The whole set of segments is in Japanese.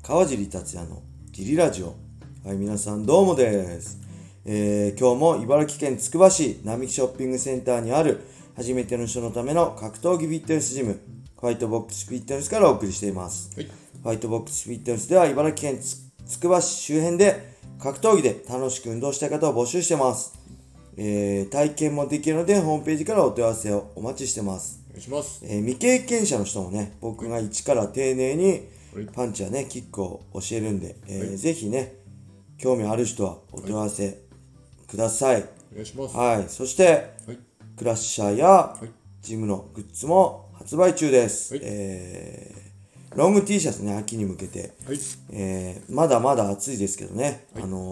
川尻達也のギリラジオ。はい、皆さんどうもです。今日も茨城県つくば市並木ショッピングセンターにある初めての人のための格闘技フィットネスジム、ファイトボックスフィットネスからお送りしています。ファイトボックスフィットネスでは茨城県つくば市周辺で格闘技で楽しく運動したい方を募集してます。体験もできるのでホームページからお問い合わせをお待ちしてます。 お願いします。 未経験者の人もね、僕が一から丁寧にパンチやね、キックを教えるんで、ぜひね、興味ある人はお問い合わせください。 お願いします。 はい。そして、クラッシャーやジムのグッズも発売中です。ロング T シャツね、秋に向けて、まだまだ暑いですけどね、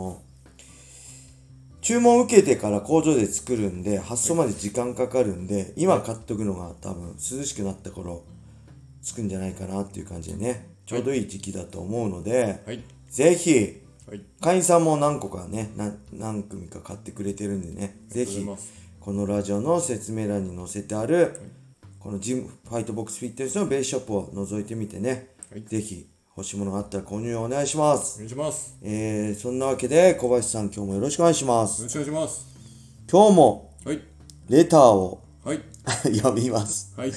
注文受けてから工場で作るんで、発送まで時間かかるんで、今買っとくのが多分涼しくなった頃つくんじゃないかなっていう感じでね、ちょうどいい時期だと思うので、ぜひ、会員さんも何個かね、何組か買ってくれてるんでね、ぜひこのラジオの説明欄に載せてある、このジムファイトボックスフィットネスのベースショップを覗いてみてね、ぜひ欲しいものがあったら購入をお願いします。 お願いします。 そんなわけで小林さん、今日もよろしくお願いします。 よろしくお願いします。 今日もレターを、読みます。 はい。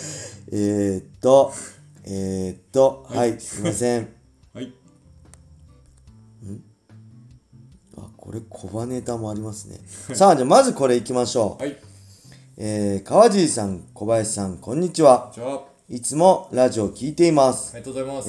はい、すいません。これ小バネタもありますね。さあ、じゃあまずこれいきましょう。川尻さん、小林さん、こんにちは。いつもラジオを聞いています。 ありがとうございます。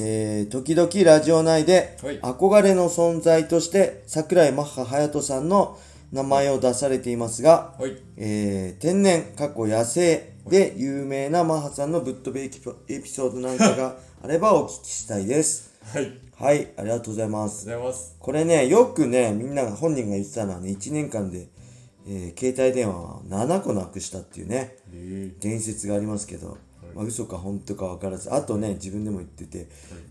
時々ラジオ内で憧れの存在として桜井マッハ隼人さんの名前を出されていますが、天然過去野生で有名なマッハさんのぶっ飛びエピソードなんかがあればお聞きしたいです。はい、ありがとうございます。これね、よくね、みんなが本人が言ってたのはね、1年間で、携帯電話を7個なくしたっていうね、伝説がありますけど、嘘か本当か分からず、あとね、自分でも言ってて、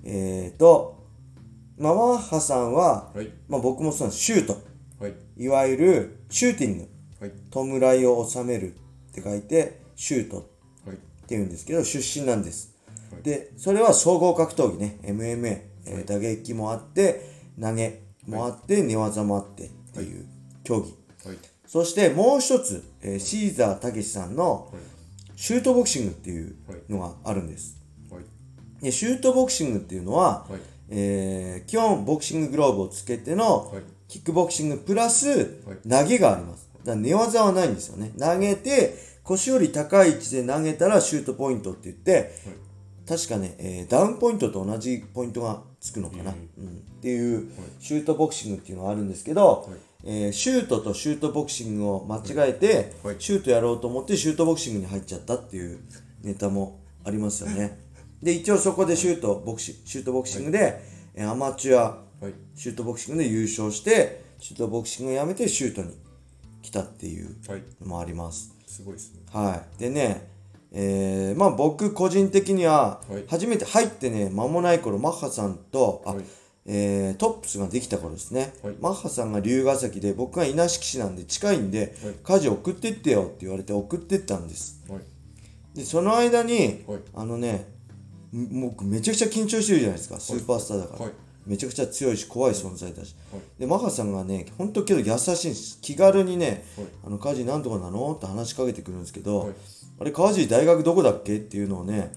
マッハさんは、僕もそうなんです、シュート、いわゆるシューティング、弔いを収めるって書いて、シュートっていうんですけど、出身なんです。で、それは総合格闘技ね、MMA、打撃もあって、投げもあって、寝技もあってっていう競技。そしてもう一つ、シーザーたけしさんのシュートボクシングっていうのがあるんです。でシュートボクシングっていうのは、基本ボクシンググローブをつけてのキックボクシングプラス投げがあります。だから寝技はないんですよね。投げて腰より高い位置で投げたらシュートポイントって言って、確かね、ダウンポイントと同じポイントがつくのかな、っていうシュートボクシングっていうのがあるんですけど、シュートとシュートボクシングを間違えて、シュートやろうと思ってシュートボクシングに入っちゃったっていうネタもありますよね。で、一応そこでシュートボクシングで、アマチュアシュートボクシングで優勝して、シュートボクシングをやめてシュートに来たっていうのもあります。 すごいですね。 でね、僕個人的には初めて入ってね間もない頃、マッハさんとトップスができた頃ですね、マッハさんが龍ヶ崎で、僕が稲敷市なんで近いんで、家事送ってってよって言われて送ってったんです。でその間に僕めちゃくちゃ緊張してるじゃないですか、スーパースターだから、めちゃくちゃ強いし怖い存在だし、でマッハさんがね本当けど優しいんです。気軽にね、家事なんとかなのって話しかけてくるんですけど、あれ川尻大学どこだっけっていうのをね、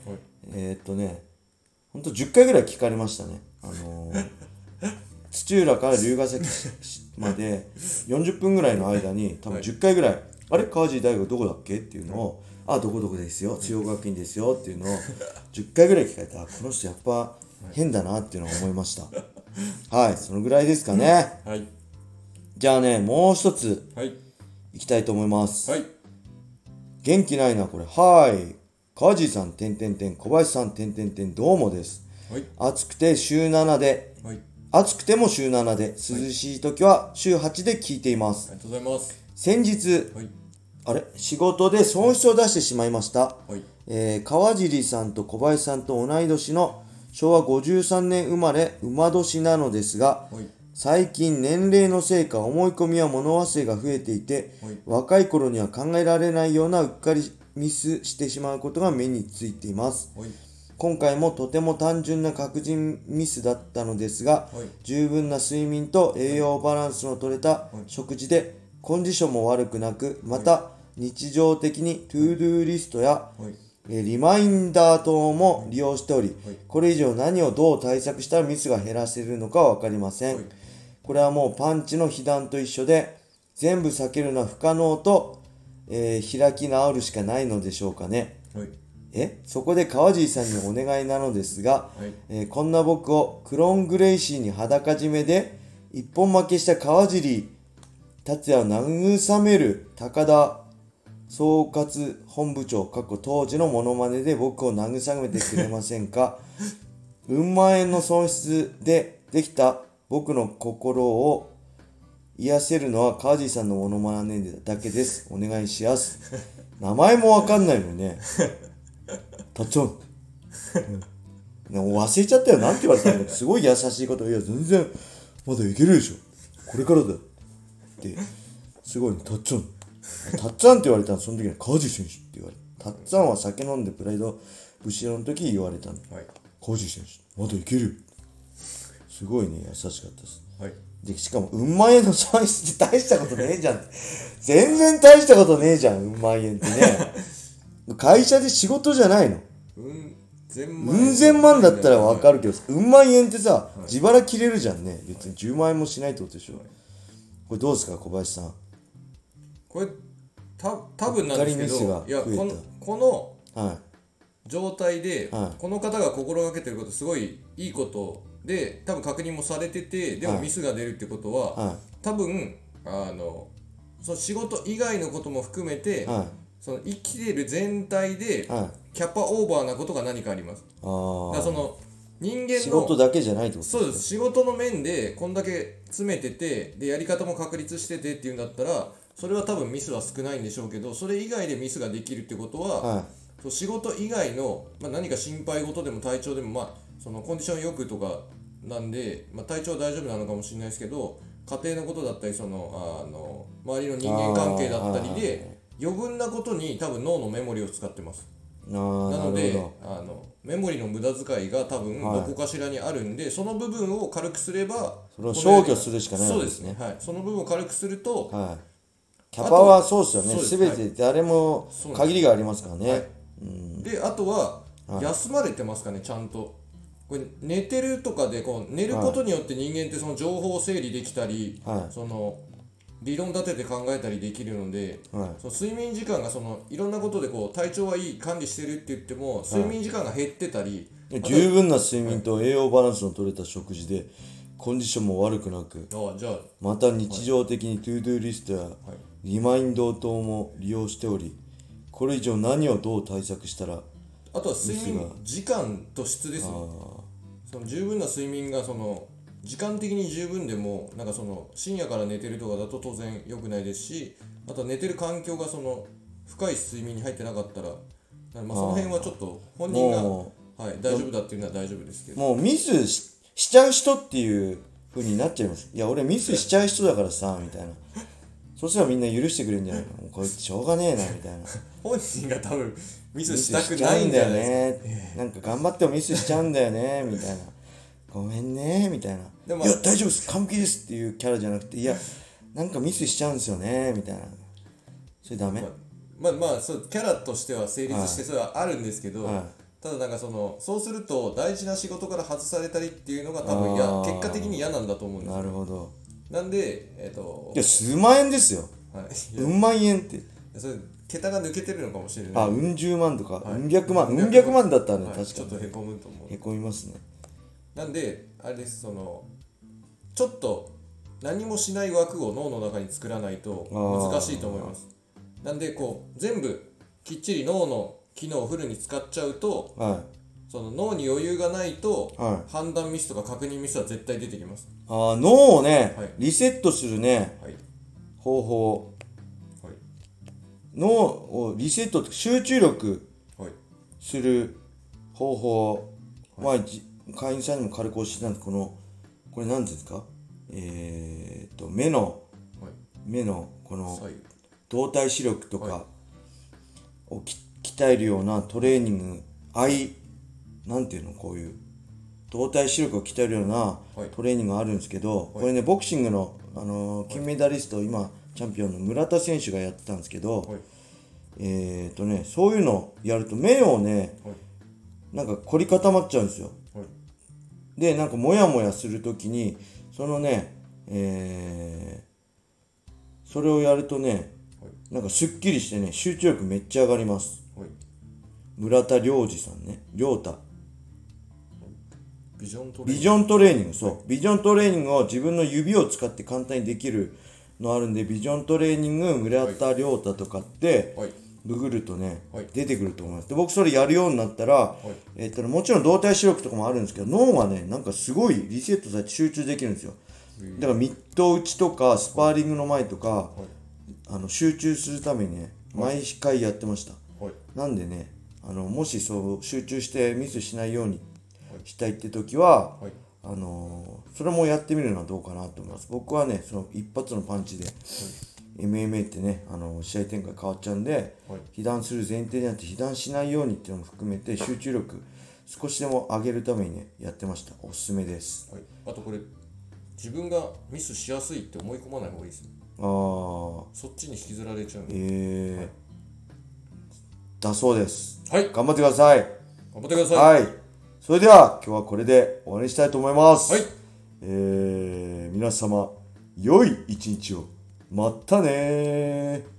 ほんと10回ぐらい聞かれましたね。土浦から龍ヶ崎まで40分ぐらいの間に多分10回ぐらい、あれ川尻大学どこだっけっていうのを、どこどこですよ、中央学院ですよっていうのを10回ぐらい聞かれた。この人やっぱ変だなっていうのを思いました。そのぐらいですかね。じゃあね、もう一ついきたいと思います。元気ないなこれ。川尻さん小林さんどうもです。暑くて週7で、暑くても週7で、涼しい時は週8で聞いています。 ありがとうございます。 先日、仕事で損失を出してしまいました。川尻さんと小林さんと同い年の昭和53年生まれ馬年なのですが、最近年齢のせいか思い込みや物忘れが増えていて、若い頃には考えられないようなうっかりミスしてしまうことが目についています。 今回もとても単純な確認ミスだったのですが、十分な睡眠と栄養バランスの取れた食事でコンディションも悪くなく、また日常的にトゥードゥーリストやリマインダー等も利用しており、これ以上何をどう対策したらミスが減らせるのかは分かりません。これはもうパンチの被弾と一緒で、全部避けるのは不可能と、開き直るしかないのでしょうかね。そこで川尻さんにお願いなのですが、こんな僕をクローングレイシーに裸締めで一本負けした川尻達也を慰める高田総括本部長当時のモノマネで僕を慰めてくれませんか。うん万円の損失でできた僕の心を癒せるのは川尻さんのモノマネだけです。お願いします。名前もわかんないのにね。たっちゃん。忘れちゃったよ。なんて言われたの。すごい優しいこと。いや、全然、まだいけるでしょ。これからだ。って、すごいね。たっちゃん。たっちゃんって言われたの。その時に川尻選手って言われた。たっちゃんは酒飲んでプライド、ブシロの時言われたの。川尻選手、まだいけるよ。すごいね、優しかったです。で、しかも、うん万円の損失って大したことねえじゃん。全然大したことねえじゃん、うん万円ってね。会社で仕事じゃないの。千万だったらわかるけど、うん万円ってさ、自腹切れるじゃんね。別に10万円もしないってことでしょ。これどうですか、小林さん。 これ、多分なんですけど、いや、この状態で、この方が心がけてることすごいいいことで、多分確認もされてて、でもミスが出るってことは、多分その仕事以外のことも含めて、その生きてる全体でキャパオーバーなことが何かあります。だからその人間の仕事だけじゃないってことですか。 そうです。仕事の面でこんだけ詰めてて、でやり方も確立しててっていうんだったら、それは多分ミスは少ないんでしょうけど、それ以外でミスができるってことは、そう仕事以外の、何か心配事でも体調でも、そのコンディションよくとかなんで、体調は大丈夫なのかもしれないですけど、家庭のことだったり、その周りの人間関係だったりで余分なことに多分脳のメモリを使ってます。なのでメモリの無駄遣いが多分どこかしらにあるんで、その部分を軽くすれば、 それを消去するしかないんですね。 その部分を軽くすると、 キャパはそうですよね。全て誰も限りがありますからね。 で、あとは休まれてますかね、ちゃんと。これ寝てるとかで寝ることによって人間ってその情報を整理できたり、その理論立てて考えたりできるので、その睡眠時間がいろんなことで体調はいい管理してるって言っても、睡眠時間が減ってたり、 十分な睡眠と栄養バランスの取れた食事でコンディションも悪くなく、また日常的にトゥードゥーリストやリマインド等も利用しており、これ以上何をどう対策したら。 あとは睡眠時間と質ですね。その十分な睡眠が時間的に十分でも深夜から寝てるとかだと当然良くないですし、あとは寝てる環境が深い睡眠に入ってなかったら、その辺はちょっと本人が大丈夫だっていうのは大丈夫ですけど、 もうミス しちゃう人っていう風になっちゃいます。いや俺ミスしちゃう人だからさみたいな。そしたらみんな許してくれるんじゃないの。こいつしょうがねえなみたいな。 本人が多分ミスしたくないんだよね。 なんか頑張ってもミスしちゃうんだよねみたいな。ごめんねみたいな。いや大丈夫です完璧ですっていうキャラじゃなくて、いやなんかミスしちゃうんですよねみたいな。それダメ。 そうキャラとしては成立してそれはあるんですけど、ただそうすると大事な仕事から外されたりっていうのが多分結果的に嫌なんだと思うんですよ。 なるほど。 なんでいや数万円ですよ。うん万円ってそれ桁が抜けてるのかもしれない。 うん十万とか、うん百万だったらね、確かにちょっとへこむと思う。 へこみますね。 なんであれです、ちょっと何もしない枠を脳の中に作らないと難しいと思います。なんで全部きっちり脳の機能をフルに使っちゃうと、その脳に余裕がないと、判断ミスとか確認ミスは絶対出てきます。 脳をね、リセットするね、方法、脳をリセットって集中力する方法、会員さんにも軽く教えたんです。これ何ですか、目のこの動体視力とかを鍛えるようなトレーニング、アイなんていうの、こういう動体視力を鍛えるようなトレーニングがあるんですけど、これねボクシングの、金メダリスト、今チャンピオンの村田選手がやってたんですけど、そういうのをやると目をね、なんか凝り固まっちゃうんですよ。でなんかモヤモヤするときにそのね、それをやるとね、なんかすっきりしてね、集中力めっちゃ上がります。村田良二さんね、良太。 ビジョントレーニング、そう。ビジョントレーニングを自分の指を使って簡単にできるのあるんで、ビジョントレーニング村田良太とかって、ググるとね、出てくると思います。で、僕それやるようになったら、もちろん動体視力とかもあるんですけど、脳がね、なんかすごいリセットされて集中できるんですよ。だからミット打ちとかスパーリングの前とか、集中するためにね、毎回やってました。なんでね、もしそう集中してミスしないようにしたいって時は、それもやってみるのはどうかなと思います。僕はね、その一発のパンチで、MMA ってね、試合展開変わっちゃうんで、被弾する前提になって被弾しないようにっていうのも含めて集中力少しでも上げるためにね、やってました。おすすめです。 あとこれ、自分がミスしやすいって思い込まない方がいいですね。そっちに引きずられちゃう。 だそうです。 頑張ってください。 頑張ってください。 それでは今日はこれで終わりにしたいと思います。皆様良い一日を。またねー。